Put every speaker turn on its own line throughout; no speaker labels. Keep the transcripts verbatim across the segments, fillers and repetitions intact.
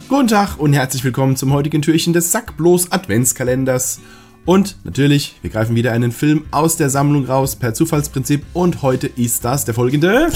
Guten Tag und herzlich willkommen zum heutigen Türchen des Sackblos Adventskalenders. Und natürlich, wir greifen wieder einen Film aus der Sammlung raus per Zufallsprinzip und heute ist das der folgende: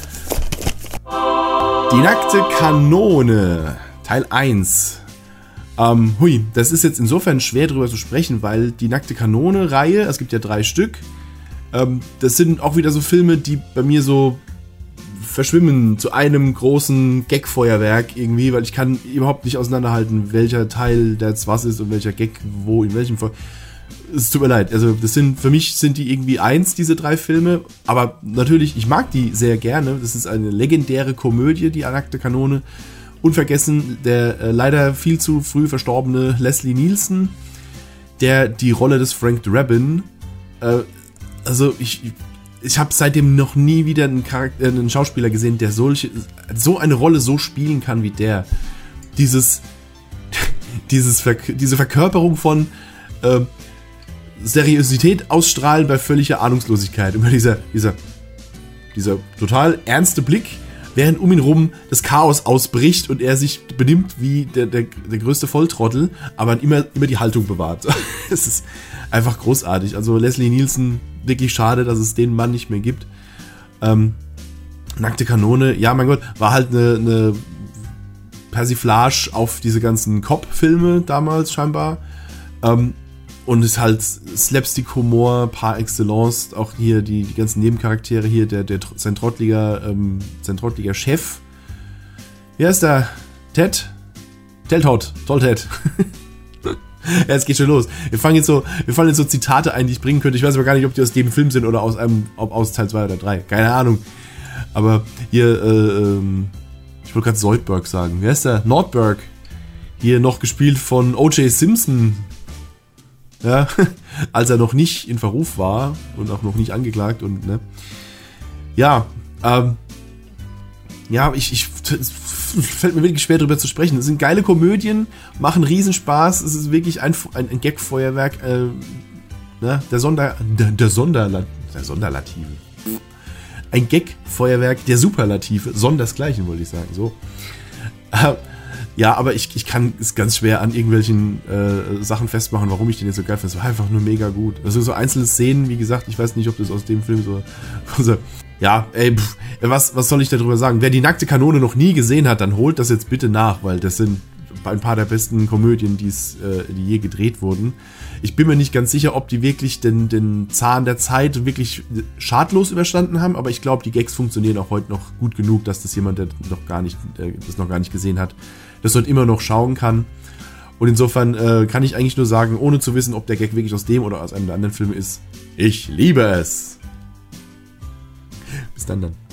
Die nackte Kanone, Teil eins. Ähm, hui, das ist jetzt insofern schwer drüber zu sprechen, weil die nackte Kanone-Reihe, es gibt ja drei Stück, ähm, das sind auch wieder so Filme, die bei mir so verschwimmen zu einem großen Gag-Feuerwerk irgendwie, weil ich kann überhaupt nicht auseinanderhalten, welcher Teil da jetzt was ist und welcher Gag wo, in welchem Fall. Es tut mir leid, also das sind, für mich sind die irgendwie eins, diese drei Filme, aber natürlich, ich mag die sehr gerne, das ist eine legendäre Komödie, die nackte Kanone, unvergessen, der äh, leider viel zu früh verstorbene Leslie Nielsen, der die Rolle des Frank Drabin, äh, also ich, ich habe seitdem noch nie wieder einen, Charakter, einen Schauspieler gesehen, der solche, so eine Rolle so spielen kann wie der. Dieses, dieses diese Verkörperung von äh, Seriosität ausstrahlen bei völliger Ahnungslosigkeit. Immer dieser, dieser, dieser total ernste Blick, während um ihn rum das Chaos ausbricht und er sich benimmt wie der, der, der größte Volltrottel, aber immer, immer die Haltung bewahrt. Es ist einfach großartig. Also Leslie Nielsen, wirklich schade, dass es den Mann nicht mehr gibt. Ähm, Nackte Kanone, ja mein Gott, war halt eine, eine Persiflage auf diese ganzen Cop-Filme damals scheinbar. Ähm, und ist halt Slapstick-Humor par excellence. Auch hier die, die ganzen Nebencharaktere hier, der, der sein trottliger, ähm, sein trottliger Chef. Wie heißt der? Ted? Ted Todd. Toll Ted. Ja, es geht schon los. Wir fangen jetzt so, wir fallen jetzt so Zitate ein, die ich bringen könnte. Ich weiß aber gar nicht, ob die aus dem Film sind oder aus einem, ob aus Teil zwei oder drei. Keine Ahnung. Aber hier, äh, ähm, ich wollte gerade Zoidberg sagen. Wer ist der? Nordberg. Hier noch gespielt von O J Simpson. Ja, als er noch nicht in Verruf war und auch noch nicht angeklagt und, ne. Ja, ähm, ja, ich, ich, es fällt mir wirklich schwer drüber zu sprechen. Es sind geile Komödien, machen Riesenspaß, es ist wirklich ein, ein, ein Gag-Feuerwerk, äh, ne, der Sonder, der, der Sonderla, der Sonderlative. Ein Gag-Feuerwerk der Superlative, Sondersgleichen wollte ich sagen, so. Äh, Ja, aber ich, ich kann es ganz schwer an irgendwelchen äh, Sachen festmachen, warum ich den jetzt so geil finde. Es war einfach nur mega gut. Also so einzelne Szenen, wie gesagt, ich weiß nicht, ob das aus dem Film so... so ja, ey, pff, was, was soll ich darüber sagen? Wer die nackte Kanone noch nie gesehen hat, dann holt das jetzt bitte nach, weil das sind ein paar der besten Komödien, die's, äh, die je gedreht wurden. Ich bin mir nicht ganz sicher, ob die wirklich den, den Zahn der Zeit wirklich schadlos überstanden haben, aber ich glaube, die Gags funktionieren auch heute noch gut genug, dass das jemand, der noch gar nicht, äh, das noch gar nicht gesehen hat, das dort immer noch schauen kann. Und insofern äh, kann ich eigentlich nur sagen, ohne zu wissen, ob der Gag wirklich aus dem oder aus einem der anderen Filme ist, ich liebe es. Bis dann dann.